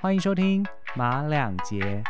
欢迎收听马两节。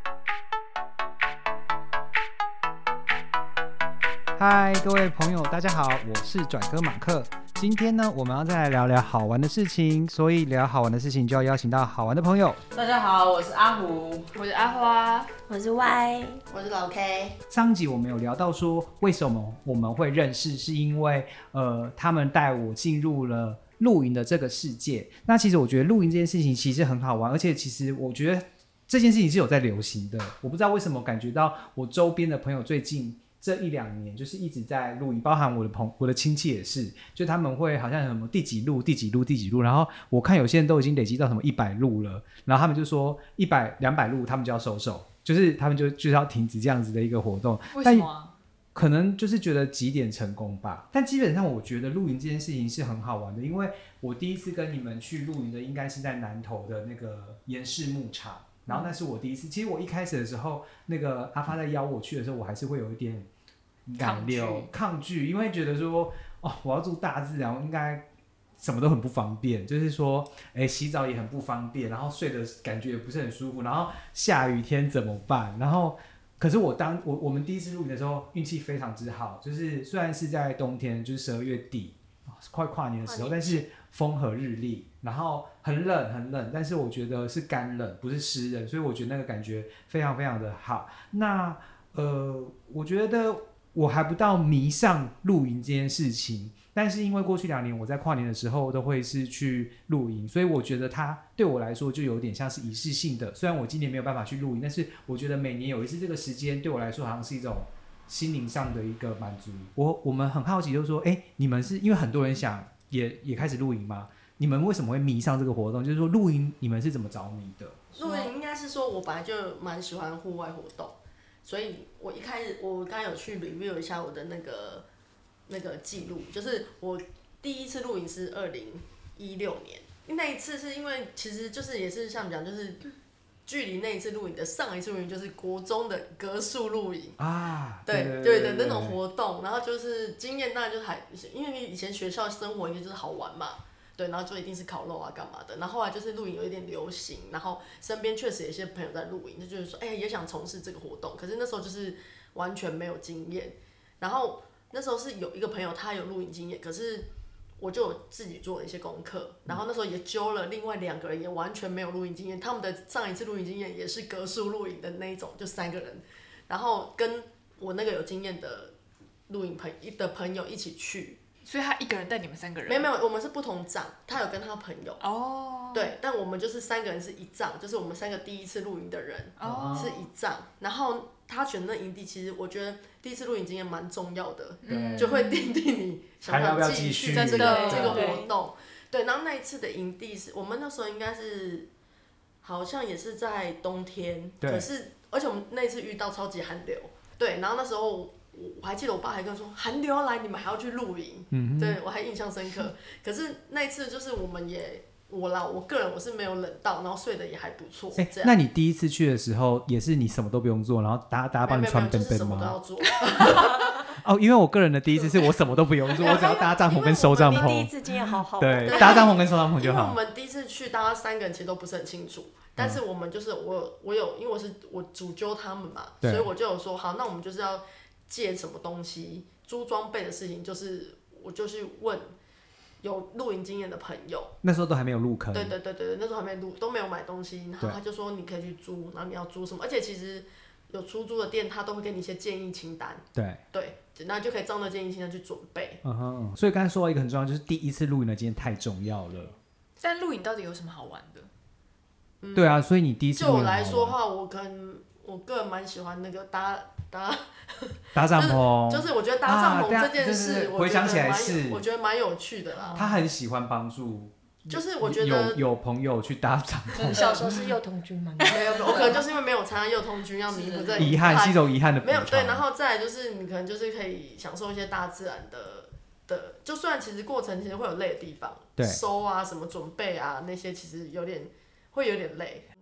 嗨，各位朋友，大家好，我是拽哥马克。今天呢，我们要再来聊聊好玩的事情，所以聊好玩的事情就要邀请到好玩的朋友。 大家好，我是阿胡， 我是阿花， 我是 Y， 我是老 K。 上集我们有聊到说，为什么我们会认识，是因为他们带我进入了露营的这个世界。那其实我觉得露营这件事情其实很好玩，而且其实我觉得这件事情是有在流行的。我不知道为什么感觉到我周边的朋友最近这一两年就是一直在露营，包含我的亲戚也是，就他们会好像什么第几路，然后我看有些人都已经累积到什么100路了，然后他们就说100、200路他们就要收手，就是他们就是要停止这样子的一个活动。 为什么啊？ 可能就是觉得几点成功吧，但基本上我觉得露营这件事情是很好玩的，因为我第一次跟你们去露营的应该是在南投的那个岩市牧场，然后那是我第一次。其实我一开始的时候，那个阿发在邀我去的时候，我还是会有一点抗拒，因为觉得说哦，我要住大自然，我应该什么都很不方便，就是说洗澡也很不方便，然后睡的感觉也不是很舒服，然后下雨天怎么办？然后可是我们第一次露营的时候运气非常之好，就是虽然是在冬天，就是12月底快跨年的时候，但是风和日丽，然后很冷，但是我觉得是干冷，不是湿冷，所以我觉得那个感觉非常非常的好。那我觉得我还不到迷上露营这件事情，但是因为过去2年我在跨年的时候都会是去露营，所以我觉得它对我来说就有点像是仪式性的。虽然我今年没有办法去露营，但是我觉得每年有一次这个时间对我来说好像是一种心灵上的一个满足。我们很好奇就是说你们是因为很多人想也开始露营吗？你们为什么会迷上这个活动？就是说露营你们是怎么着迷的？ 露营应该是说我本来就蛮喜欢户外活动，所以我一开始我刚刚有去 review 一下我的那个记录，就是我第一次露营是2016年，那一次是因为其实就是也是像讲就是距离那一次露营的上一次露营就是国中的格数露营啊，对的那种活动，然后就是经验当然就是因为以前学校生活应该就是好玩嘛。对，然后就一定是烤肉啊，干嘛的。然后后来就是露营有一点流行，然后身边确实有些朋友在露营，就觉得说，也想从事这个活动。可是那时候就是完全没有经验。然后那时候是有一个朋友他有露营经验，可是我就有自己做了一些功课。然后那时候也揪了另外2个人，也完全没有露营经验。他们的上一次露营经验也是格数露营的那一种，就3个人。然后跟我那个有经验的露营朋友一起去。 所以他一个人带你们3个人？ 没有，我们是不同帐，他有跟他朋友。哦。对，但我们就是3个人是一帐，就是我们3个第一次露营的人是一帐。然后他选的营地，其实我觉得第一次露营经验蛮重要的，就会奠定你想不想继续在这个活动。对，然后那一次的营地是我们那时候应该是好像也是在冬天，可是而且我们那一次遇到超级寒流，对，然后那时候。我还记得我爸还跟我说寒流要来你们还要去露营，对我还印象深刻。可是那一次就是我个人我是没有冷到，然后睡得也还不错。 那你第一次去的时候也是你什么都不用做，然后大家帮你穿benben吗？ 就是什么都要做。 哦，因为我个人的第一次是我什么都不用做，我只要搭帐篷跟收帐篷。 你第一次经验好好。 对，搭帐篷跟收帐篷就好。 因为我们第一次去，大家3个人其实都不是很清楚，但是我们就是我有，因为我主揪他们嘛，所以我就有说好，那我们就是要借什么东西、租装备的事情，就是我就去问有露营经验的朋友。 那时候都还没有入坑。 对，那时候还没都没有买东西，然后他就说你可以去租，然后你要租什么，而且其实有出租的店，他都会给你一些建议清单。对，然后就可以照那建议清单去准备。 所以刚才说到一个很重要，就是第一次露营的经验太重要了。 但露营到底有什么好玩的？ 对啊，所以你第一次露营就我来说的话，我个人蛮喜欢那个搭帐篷， 就是我觉得搭帐篷这件事， 回想起来我觉得蛮有趣的啦。 他很喜欢帮助， 就是我觉得有朋友去搭帐篷。 你小时候是幼童军吗？ 没有，我可能就是因为没有参加幼童军，要弥补这遗憾，是一种遗憾的补偿。 没有对，然后再来就是你可能就是可以享受一些大自然的，就算其实过程其实会有累的地方，收啊什么准备啊那些其实会有点累。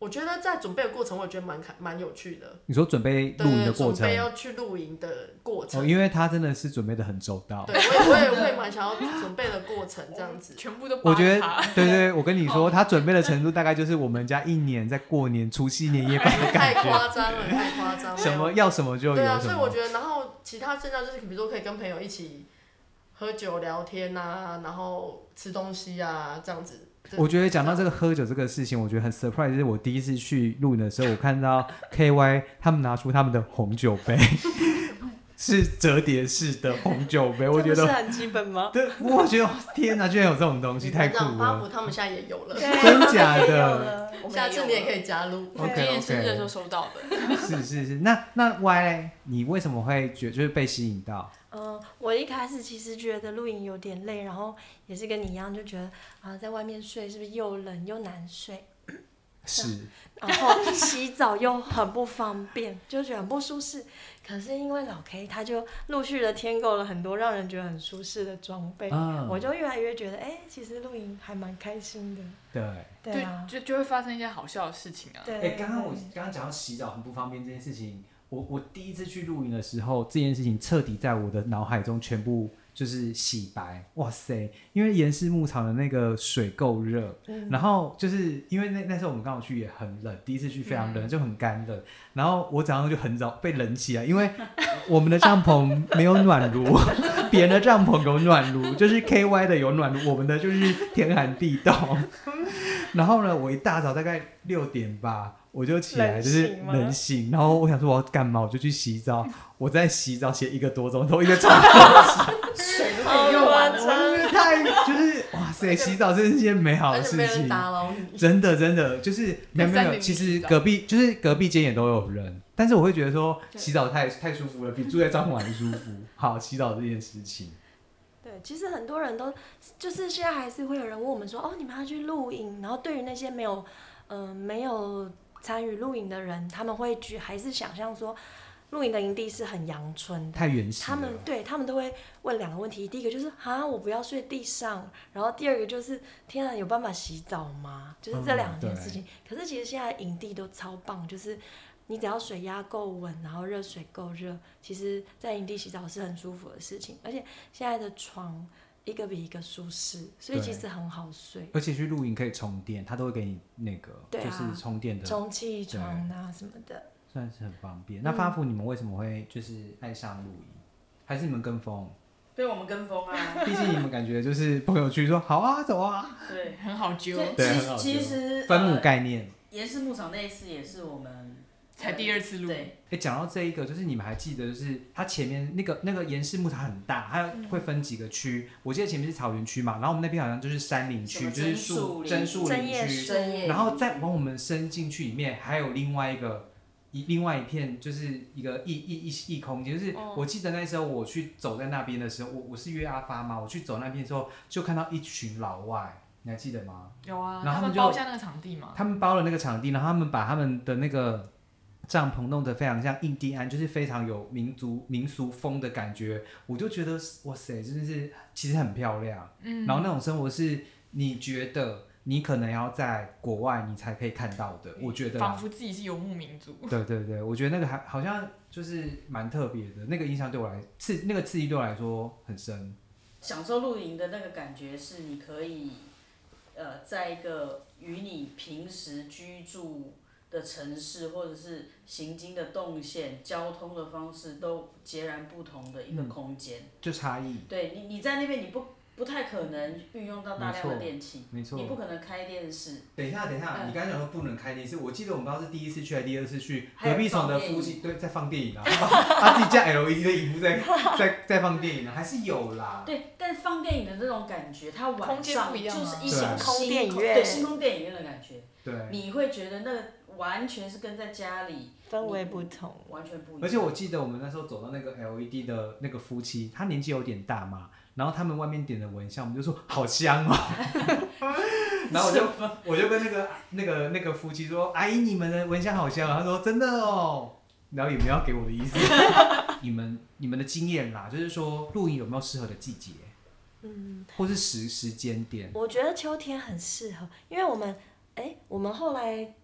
我觉得在准备的过程，我觉得蛮有趣的。 你说准备露营的过程， 准备要去露营的过程， 因为他真的是准备的很周到。 对，我也会蛮想要准备的过程这样子， 全部都我觉得，对，我跟你说，他准备的程度大概就是我们家一年在过年除夕年夜饭的感觉， 太夸张了， 什么要什么就有什么。 对啊，所以我觉得，然后其他剩下就是比如说可以跟朋友一起喝酒聊天啊，然后吃东西啊这样子。 我觉得讲到这个喝酒这个事情，我觉得很 surprise， 就是我第一次去露营的时候，我看到 KY 他们拿出他们的红酒杯，是折叠式的红酒杯，我觉得这不是很基本吗？ 对，我觉得天哪，居然有这种东西，太酷了！ 巴福他们现在也有了， 真假的？ 下次你也可以加入。 我今年生日的时候收到的。 是，那 Y 嘞，你为什么会就是被吸引到？ 我一开始其实觉得露营有点累，然后也是跟你一样，就觉得在外面睡是不是又冷又难睡？ 是。 然后洗澡又很不方便，就觉得很不舒适。可是因为老 K 他就陆续的添购了很多让人觉得很舒适的装备，我就越来越觉得，其实露营还蛮开心的。对啊， 就会发生一些好笑的事情啊。 对， 刚刚讲到洗澡很不方便这件事情，我第一次去露营的时候，这件事情彻底在我的脑海中全部就是洗白。哇塞！因为岩室牧场的那个水够热，然后就是因为那时候我们刚好去也很冷，第一次去非常冷，就很干冷。然后我早上就很早被冷起来，因为我们的帐篷没有暖炉，别人的帐篷有暖炉，就是 KY 的有暖炉，我们的就是天寒地冻。然后呢，我一大早大概6点吧，我就起来就是冷醒，然后我想说我要干嘛，我就去洗澡。我在洗澡洗1个多钟头，一个长水都可以用完了， 太就是哇塞，洗澡真是件美好的事情， 而且没人打扰你， 真的就是没有，其实隔壁间也都有人，但是我会觉得说洗澡太舒服了，比住在帐篷还舒服。好，洗澡这件事情。 对，其实很多人都就是现在还是会有人问我们说，你们要去露营，然后对于那些没有参与露营的人，他们会还是想象说，露营的营地是很阳春的， 太原始了。 他们都会问2个问题，第一个就是我不要睡地上，然后第二个就是天啊，有办法洗澡吗？就是这2件事情。可是其实现在营地都超棒，就是你只要水压够稳，然后热水够热，其实在营地洗澡是很舒服的事情。而且现在的床一个比一个舒适，所以其实很好睡。 而且去露营可以充电，他都会给你那个就是充电的充气床啊什么的， 算是很方便。那发福你们为什么会就是爱上露营？还是你们跟风？ 对，我们跟风啊。 毕竟你们感觉就是朋友去说好啊走啊， 对， 很好揪。 对，很好揪。 其实分母概念。 岩室牧场那一次也是我们才第2次录。 对。 讲到这一个，就是你们还记得，就是它前面那个岩室牧场很大，它会分几个区。我记得前面是草原区嘛，然后我们那边好像就是山林区，就是针树林区。然后再往我们伸进去里面，还有另外一片，就是一个异空间。就是我记得那时候我去走在那边的时候，我是约阿发嘛，我去走那边的时候，就看到一群老外。你还记得吗？ 有啊， 然后他们包下那个场地嘛。 他们包了那个场地，然后他们把他们的那个帐篷弄得非常像印第安，就是非常有民俗风的感觉。我就觉得哇塞，真的是其实很漂亮。然后那种生活是你觉得你可能要在国外你才可以看到的，我觉得仿佛自己是游牧民族。 对，我觉得那个好像就是蛮特别的，那个印象对我来那个刺激对我来说很深。 享受露营的那个感觉是你可以。在一个与你平时居住的城市或者是行经的动线、交通的方式都截然不同的一个空间， 就差异。 对你在那边你不太可能运用到大量的电器， 没错， 你不可能开电视。 等一下，你刚才讲说不能开电视，我记得我们不知道是第1次去还是第2次去，隔壁床的夫妻在放电影啊，他自己架 LED 的荧幕在放电影啊，还是有啦。 对，但是放电影的那种感觉，它晚上就是一种星空对星空电影院的感觉。 对， 你会觉得那个完全是跟在家里氛围不同， 完全不一样。 而且我记得我们那时候走到那个 LED 的那个夫妻，他年纪有点大嘛，然后他们外面点的蚊香，我们就说好香哦。然后我就跟那个夫妻说，阿姨你们的蚊香好香啊，他说真的哦，然后也没有要给我的意思。你们的经验啦，就是说露营有没有适合的季节？或是时间点？ 我觉得秋天很适合，因为我们后来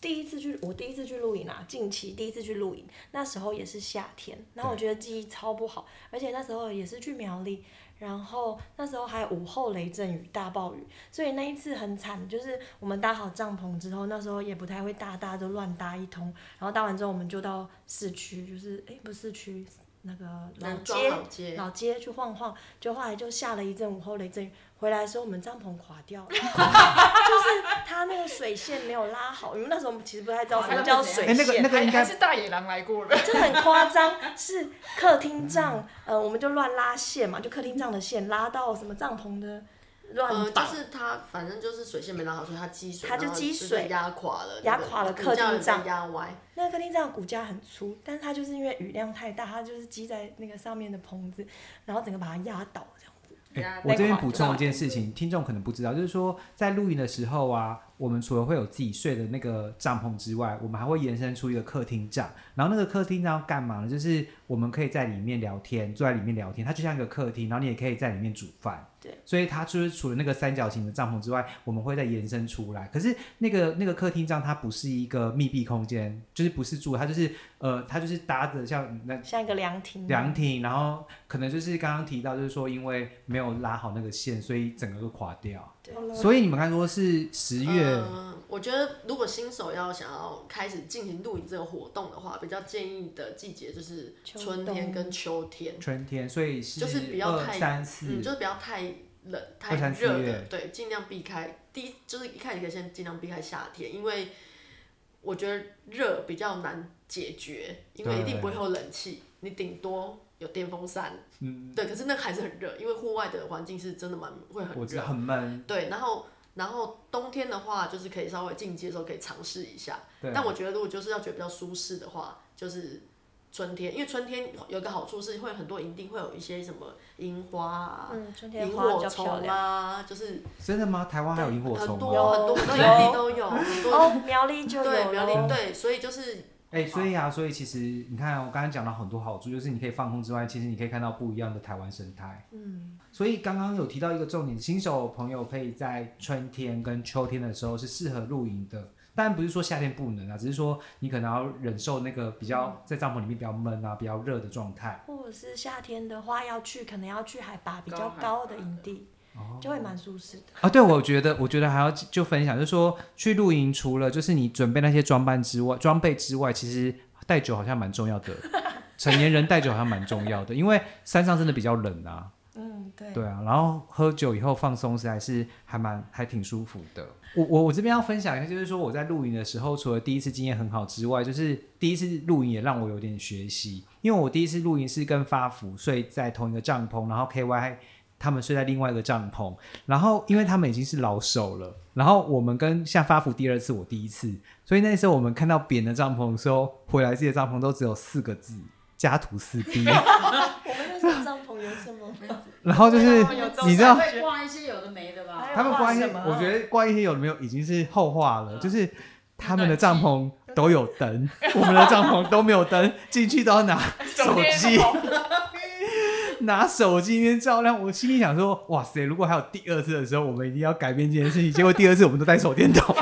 我第一次去露营啊，近期第一次去露营，那时候也是夏天，然后我觉得记忆超不好，而且那时候也是去苗栗，然后那时候还午后雷阵雨、大暴雨，所以那一次很惨，就是我们搭好帐篷之后，那时候也不太会搭，大家都乱搭一通，然后搭完之后我们就到市区，就是不是市区。那个老街去晃晃，就后来就下了一阵午后雷阵雨，回来的时候我们帐篷垮掉了，就是它那个水线没有拉好，因为那时候我们其实不太知道什么叫水线， 那个应该是大野狼来过的， 这很夸张，是客厅帐，我们就乱拉线嘛，就客厅帐的线拉到什么帐篷的。 就是它反正就是水线没拉好，所以它积水压垮了客厅帐， 压歪。 那个客厅帐骨架很粗，但是它就是因为雨量太大，它就是积在那个上面的棚子，然后整个把它压倒这样子。 我这边补充一件事情，听众可能不知道，就是说在露营的时候啊，我们除了会有自己睡的那个帐篷之外，我们还会延伸出一个客厅帐。然后那个客厅帐要干嘛呢？就是我们可以在里面聊天，坐在里面聊天，它就像一个客厅，然后你也可以在里面煮饭。 对， 所以它就是除了那个三角形的帐篷之外，我们会再延伸出来。可是那个客厅帐它不是一个密闭空间，就是不是住，它就是搭着像一个凉亭， 然后可能就是刚刚提到，就是说因为没有拉好那个线，所以整个都垮掉。所以你们刚才说是10月， 我觉得如果新手想要开始进行露营这个活动的话，比较建议的季节就是春天跟秋天。 春天，所以是就是不要太 2、3、4， 就是不要太冷、太热的，对，尽量避开。就是一开始可以先尽量避开夏天，因为我觉得热比较难解决，因为一定不会有冷气，你顶多有电风扇，对，可是那个还是很热，因为户外的环境是真的会很热， 我知道很闷， 对，然后冬天的话，就是可以稍微进阶的时候可以尝试一下，但我觉得如果就是要觉得比较舒适的话，就是春天，因为春天有一个好处是会很多营地会有一些什么樱花啊、萤火虫啊，就是真的吗？台湾还有萤火虫吗？ 很多营地都有， 苗栗就有， 对，苗栗对，所以就是。 所以其实你看，我刚才讲到很多好处，就是你可以放空之外，其实你可以看到不一样的台湾生态。所以刚刚有提到一个重点，新手朋友可以在春天跟秋天的时候是适合露营的。当然不是说夏天不能啊，只是说你可能要忍受那个比较在帐篷里面比较闷啊、比较热的状态。 或者是夏天的话，可能要去海拔比较高的营地。就会蛮舒适的啊。对，我觉得还要就分享，就是说去露营除了就是你准备那些装备之外，其实带酒好像蛮重要的。成年人带酒好像蛮重要的，因为山上真的比较冷啊。对啊，然后喝酒以后放松，实在是还挺舒服的。我这边要分享一下，就是说我在露营的时候，除了第一次经验很好之外，就是第一次露营也让我有点学习，因为我第一次露营是跟发福睡在同一个帐篷，然后 KY。他们睡在另外一个帐篷，然后因为他们已经是老手了，然后我们跟像发福第2次，我第1次，所以那时候我们看到别人的帐篷的时候，回来自己的帐篷都只有4个字：家徒四壁。 我们那时候帐篷有什么？ 然后就是你知道会挂一些有的没的吧？ 他们挂一些，我觉得挂一些有的没有已经是后话了，就是他们的帐篷都有灯，我们的帐篷都没有灯，进去都要拿手机。拿手机一边照亮，我心里想说，哇塞，如果还有第2次的时候，我们一定要改变这件事情。结果第2次我们都带手电筒。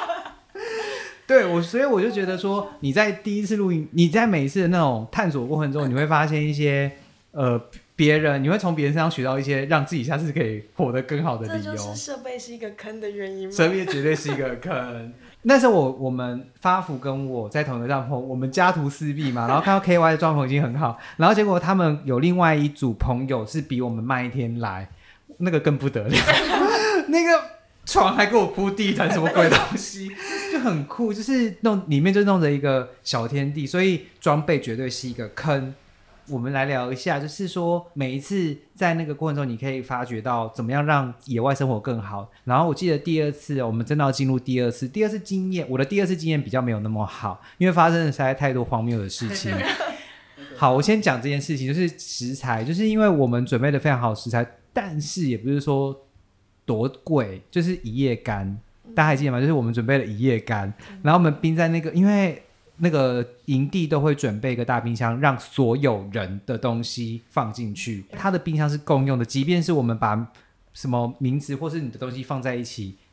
对，所以我就觉得说，你在第1次露营，你在每一次的那种探索过程中，你会发现一些别人，你会从别人身上学到一些让自己下次可以活得更好的理由。 这就是设备是一个坑的原因吗？ 设备绝对是一个坑。那时候我们发福跟我在同一个帐篷，我们家徒四壁嘛，然后看到 KY 的帐篷已经很好，然后结果他们有另外一组朋友是比我们慢1天来，那个更不得了。那个床还给我铺地毯，什么鬼东西，就很酷，就是里面就弄着一个小天地，所以装备绝对是一个坑。我们来聊一下，就是说每一次在那个过程中，你可以发觉到怎么样让野外生活更好。然后我记得第2次，我们真的要进入第2次经验，我的第2次经验比较没有那么好，因为发生了实在太多荒谬的事情。好，我先讲这件事情，就是食材，就是因为我们准备的非常好的食材，但是也不是说多贵，就是一夜干，大家还记得吗？就是我们准备了一夜干，然后我们冰在那个，因为那个营地都会准备一个大冰箱，让所有人的东西放进去。它的冰箱是共用的，即便是我们把什么名字或是你的东西放在一起，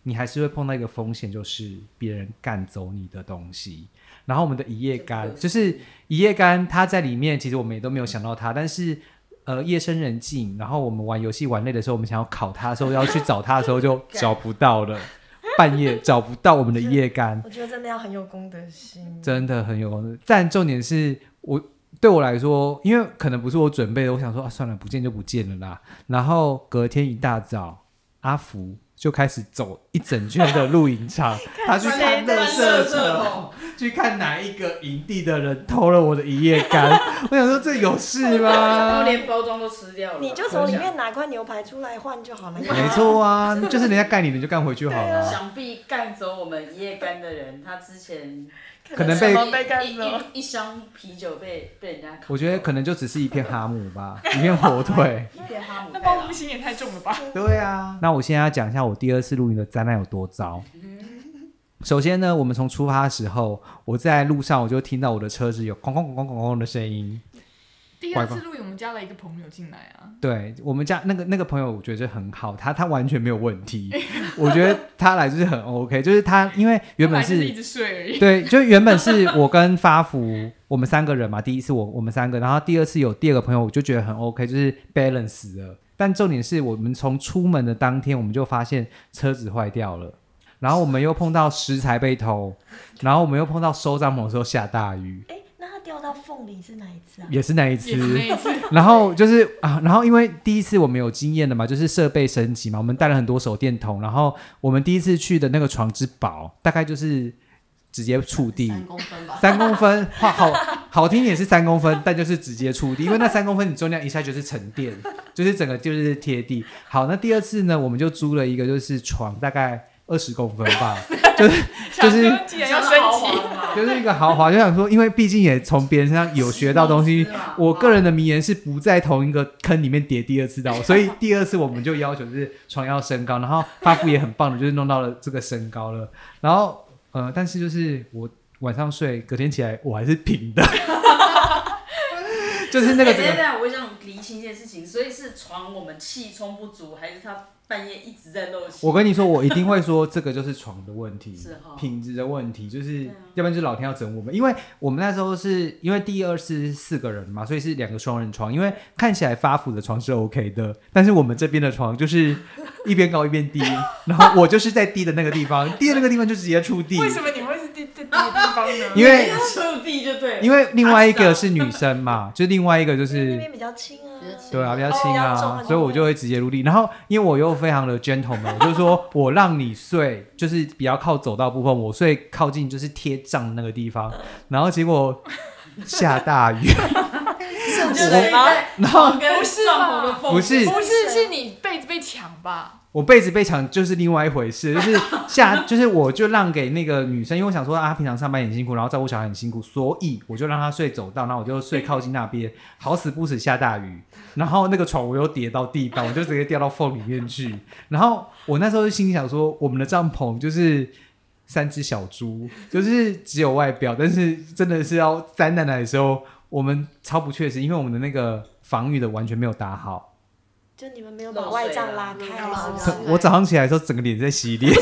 你还是会碰到一个风险，就是别人干走你的东西。然后我们的一夜干，就是一夜干，它在里面，其实我们也都没有想到它，但是夜深人静，然后我们玩游戏玩累的时候，我们想要考它的时候，要去找它的时候就找不到了。半夜找不到我们的一夜干， 我觉得真的要很有公德心， 真的很有公德。但重点是对我来说，因为可能不是我准备的，我想说算了，不见就不见了啦。然后隔天一大早，阿福就开始走一整圈的露营场，他去看垃圾车，去看哪一个营地的人偷了我的一夜干。我想说这有事吗？ 然后连包装都吃掉了， 你就从里面拿块牛排出来换就好了。 没错啊，就是人家干你就干回去好了。 想必干走我们一夜干的人，他之前可能被一箱啤酒被人家烤， 我觉得可能就只是一片哈姆吧，一片火腿。 一片哈姆， 那报复心也太重了吧？ 对啊，那我现在要讲一下我第二次露营的灾难有多糟。首先呢，我们从出发的时候，我在路上我就听到我的车子有哐哐哐哐哐哐的声音。 第二次露营，我们加了一个朋友进来啊。 对，我们家那个朋友，我觉得很好，他完全没有问题。我觉得他来就是很 OK， 就是他因为原本是一直睡而已。 对，就原本是我跟发福我们3个人嘛，第一次我们3个，然后第二次有第二个朋友，我就觉得很 OK， 就是 balance 了。但重点是我们从出门的当天，我们就发现车子坏掉了，然后我们又碰到食材被偷，然后我们又碰到收帐篷的时候下大雨。 那他掉到缝里是哪一次啊？ 也是那一次。然后就是然后因为第一次我们有经验的嘛，就是设备升级嘛，我们带了很多手电筒，然后我们第一次去的那个床之薄，大概就是直接触地 3公分吧 ，3公分，好听也是3公分，但就是直接触地，因为那3公分你重量一下就是沉淀，就是整个就是贴地。好，那第二次呢，我们就租了一个就是床，大概20公分吧，就是既然要升级， 就是一个豪华，就想说，因为毕竟也从别人身上有学到东西。我个人的名言是不在同一个坑里面跌第二次到，所以第二次我们就要求就是床要升高，然后发福也很棒的，就是弄到了这个升高了。然后但是就是我晚上睡，隔天起来我还是平的。就是那个我想厘清一件事情，所以是床我们气充不足，还是他半夜一直在漏气？ 我跟你说，我一定会说这个就是床的问题， 是品质的问题，就是要不然就是老天要整我们，因为我们那时候是因为第二次是4个人嘛，所以是2个双人床，因为看起来发福的床是 OK 的，但是我们这边的床就是一边高一边低，然后我就是在低的那个地方，低的那个地方就直接触地。 为什么你会是低的地方呢？ 因为触地就对了， 因为另外一个是女生嘛，就另外一个就是那边比较轻啊， 对啊，比较轻啊，所以我就会直接入地。然后因为我又非常的 gentleman， 我就说我让你睡，就是比较靠走道部分，我睡靠近就是贴帐的那个地方。然后结果下大雨， 然后跟帐篷的缝不是是你被子被抢吧？ 我被子被抢就是另外一回事，就是就是我就让给那个女生，因为我想说平常上班很辛苦，然后照顾小孩很辛苦，所以我就让她睡走道，然后我就睡靠近那边。好死不死下大雨，然后那个床我又跌到地板，我就直接掉到缝里面去。然后我那时候就心里想说，我们的帐篷就是3只小猪，就是只有外表，但是真的是要灾难来的时候，我们超不确实，因为我们的那个防雨的完全没有打好。 就你们没有把外帐拉开， 我早上起来的时候整个脸在洗脸。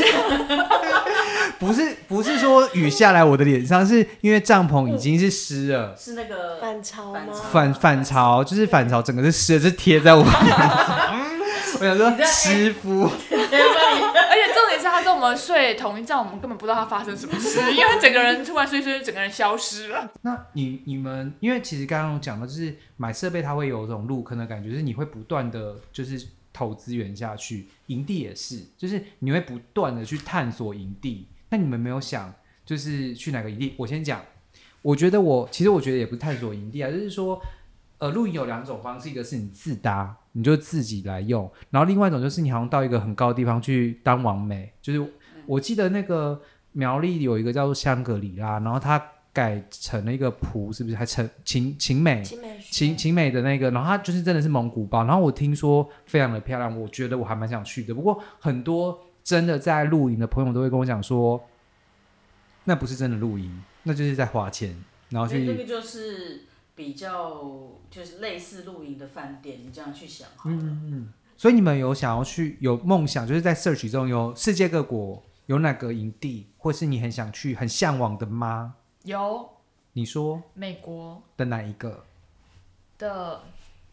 不是说雨下来我的脸上，是因为帐篷已经是湿了， 是那个反潮吗？ 反潮，就是反潮，整个是湿的，是贴在我脸上。我想说师傅， 而且重点是他跟我们睡同一帐，我们根本不知道他发生什么事，因为他整个人突然睡，整个人消失了。 那你们，因为其实刚刚有讲到，就是买设备它会有这种入坑的感觉，就是你会不断的就是投资源下去，营地也是，就是你会不断的去探索营地。那你们没有想就是去哪个营地？我先讲，我觉得也不是探索营地啊，就是说露营有2种方式，一个是你自搭，你就自己来用，然后另外一种就是你好像到一个很高的地方去当网美，就是我记得那个苗栗有一个叫做香格里拉，然后它改成了一个蒲，是不是还成晴美的那个，然后它就是真的是蒙古包，然后我听说非常的漂亮，我觉得我还蛮想去的。不过很多真的在露营的朋友都会跟我讲说，那不是真的露营，那就是在花钱，然后去那个就是比较就是类似露营的饭店，你这样去想好了。 所以你们有想要去有梦想，就是在 search 中有世界各国有哪个营地，或是你很想去、很向往的吗？ 有你说美国的哪一个？ 的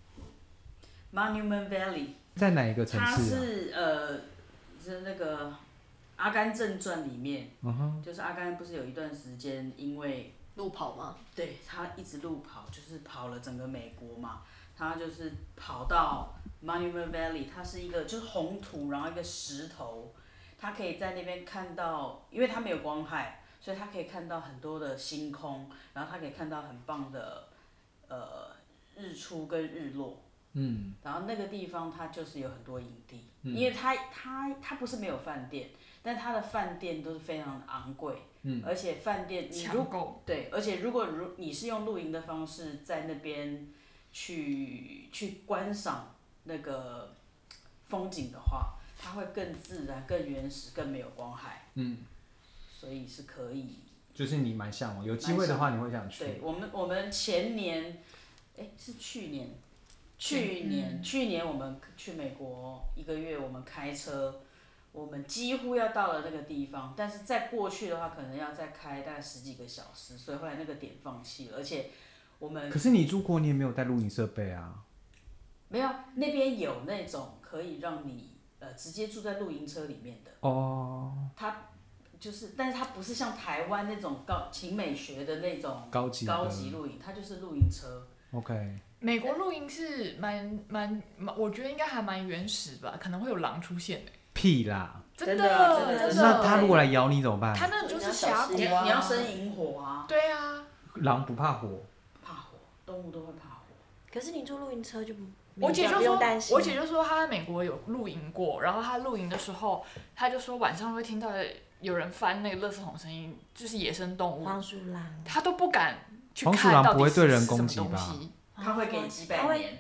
Monument Valley， 在哪一个城它市啊？ 是那个《阿甘正传》里面， 嗯就是阿甘不是有一段时间因为路跑吗？ 对他一直路跑，就是跑了整个美国嘛，他就是跑到 Monument Valley， 它是一个就是红土，然后一个石头，他可以在那边看到，因为它没有光害，所以他可以看到很多的星空，然后他可以看到很棒的日出跟日落。然后那个地方它就是有很多营地，因为它不是没有饭店，但它的饭店都是非常昂贵，而且饭店你对，而且如果你是用露营的方式在那边去观赏那个风景的话，它会更自然、更原始、更没有光害，所以是可以。 就是你蛮向往，有机会的话你会想去。 对，我们前年，是去年我们去美国1个月，我们开车，我们几乎要到了那个地方，但是再过去的话，可能要再开大概10几个小时，所以后来那个点放弃了，而且我们。 可是你住过，你也没有带露营设备啊。 没有，那边有那种可以让你直接住在露营车里面的。 哦。 它就是，但是它不是像台湾那种勤美学的那种高级露营，它就是露营车。 OK。 美国露营是蛮，我觉得应该还蛮原始吧，可能会有狼出现的。 屁啦！ 真的。 那他如果来咬你怎么办？ 他那就是峡谷啊，你要生萤火啊。 对啊。 狼不怕火。 怕火，动物都会怕火。 可是你坐露营车就不。 我姐就说她在美国有露营过，然后她露营的时候，她就说晚上会听到有人翻那个垃圾桶声音，就是野生动物。 黄鼠狼。 她都不敢去看黄鼠狼不会对人攻击吧？ 他会给你几百年。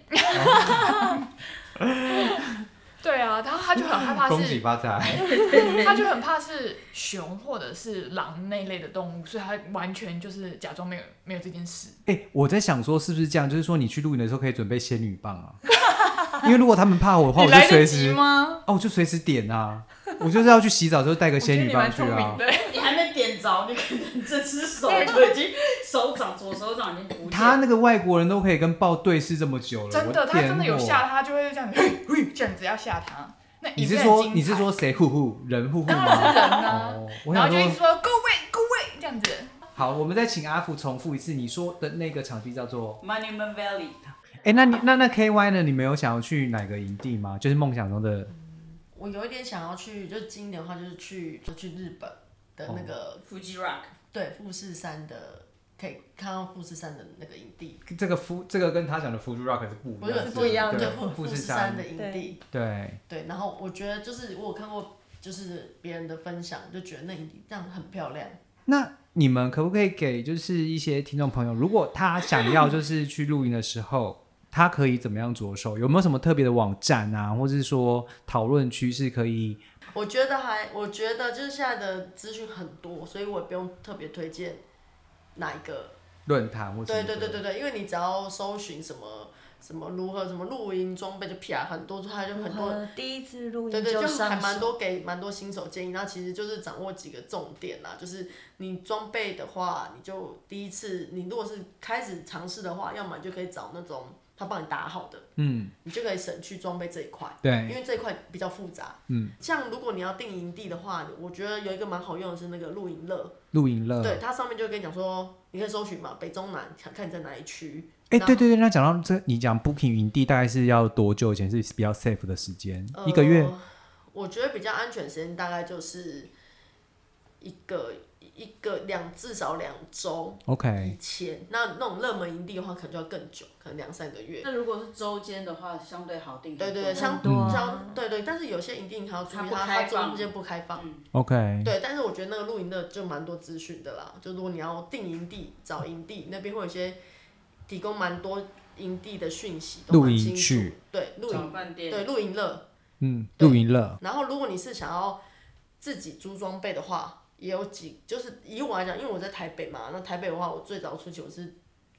对啊，然后他就很害怕是恭喜发财。 他就很怕是熊或者是狼那类的动物，所以他完全就是假装没有这件事。 我在想说是不是这样，就是说你去露营的时候可以准备仙女棒啊，因为如果他们怕我的话，我就随时我就随时点啊，我就是要去洗澡就带个仙女棒去啊。 你还没点着，你可能这只手就已经左手掌已经不见了。 他那个外国人都可以跟豹对视这么久了， 真的，他真的有吓他，就会这样这样子要吓他。 你是说谁护人护吗？ 当然是人啊。然后就一直说 go away 这样子。 好，我们再请阿福重复一次你说的那个场地叫做 Monument Valley。 那 KY 呢？你们有想要去哪个营地吗？就是梦想中的。 我有一点想要去，就今年的话就是去日本的那个 Fuji Rock， 对，富士山的，可以看到富士山的那个营地。 这个跟他讲的 Fuji Rock 是不一样， 对， 富士山的营地。 对。 然后我觉得就是我有看过，就是别人的分享，就觉得那营地这样很漂亮。 那你们可不可以给就是一些听众朋友，如果他想要就是去露营的时候，他可以怎么样着手？有没有什么特别的网站啊，或是说讨论区是可以？ 我觉得就是现在的资讯很多，所以我也不用特别推荐哪一个论坛或者对，因为你只要搜寻什么如何什么露营装备就啪很多，它就很多第一次露营对，就还给蛮多新手建议。那其实就是掌握几个重点啦，就是你装备的话，你就第一次你如果是开始尝试的话，要么你就可以找那种他帮你打好的，你就可以省去装备这一块， 对， 因为这一块比较复杂，像如果你要订营地的话，我觉得有一个蛮好用的是那个露营乐，对，它上面就会跟你讲说，你可以搜寻嘛，北中南，看你在哪一区。 对，那讲到这，你讲 booking 营地大概是要多久以前是比较 safe 的时间？1个月？ 我觉得比较安全的时间大概就是至少2周 OK 以前。那种热门营地的话，可能就要更久，可能2-3个月。 那如果是周间的话，相对好定。 对，对，但是有些营地你还要注意，它中间不开放。 OK。 对，但是我觉得那个露营的就蛮多资讯的啦，就如果你要订营地、找营地，那边会有一些提供蛮多营地的讯息，都蛮清楚。对，露营饭店，对，露营乐。 露营乐。 然后如果你是想要自己租装备的话，也有就是以我来讲，因为我在台北嘛，那台北的话，我最早出去我是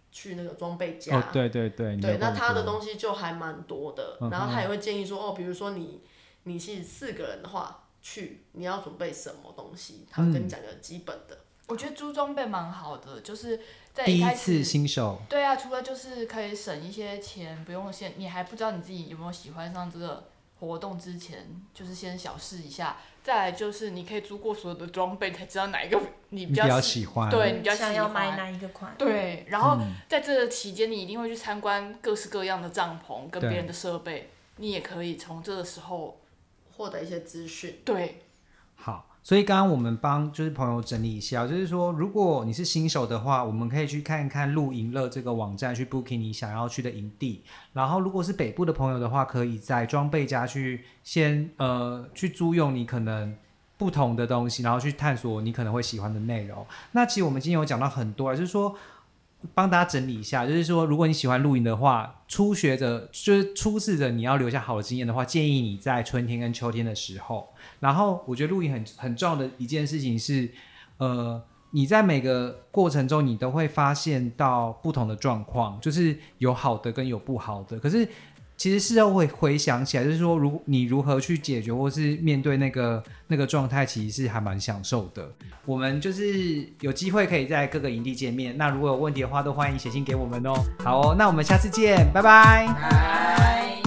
去那个装备家。 哦，对对对， 对，那他的东西就还蛮多的，然后他也会建议说，哦，比如说你是4个人的话，你要准备什么东西，他会跟你讲个基本的。 我觉得租装备蛮好的，就是在第一开始次新手。 对啊，除了就是可以省一些钱，不用你还不知道你自己有没有喜欢上这个活动之前，就是先小试一下。再来就是你可以租过所有的装备，才知道哪一个你比较喜欢， 对，你比较喜欢想要买哪一个款。 对，然后在这个期间，你一定会去参观各式各样的帐篷跟别人的设备，你也可以从这个时候获得一些资讯。 对， 好。所以刚刚我们帮就是朋友整理一下，就是说如果你是新手的话，我们可以去看看露营乐这个网站去 booking 你想要去的营地。然后如果是北部的朋友的话，可以在装备家去先去租用你可能不同的东西，然后去探索你可能会喜欢的内容。那其实我们今天有讲到很多，就是说帮大家整理一下，就是说如果你喜欢露营的话，初学者就是初试者，你要留下好的经验的话，建议你在春天跟秋天的时候。然后我觉得露营很重要的一件事情是你在每个过程中你都会发现到不同的状况，就是有好的跟有不好的，可是其实事后会回想起来，就是说你如何去解决或是面对那个状态，其实是还蛮享受的。我们就是有机会可以在各个营地见面，那如果有问题的话都欢迎写信给我们哦。好哦，那我们下次见，拜拜。 拜。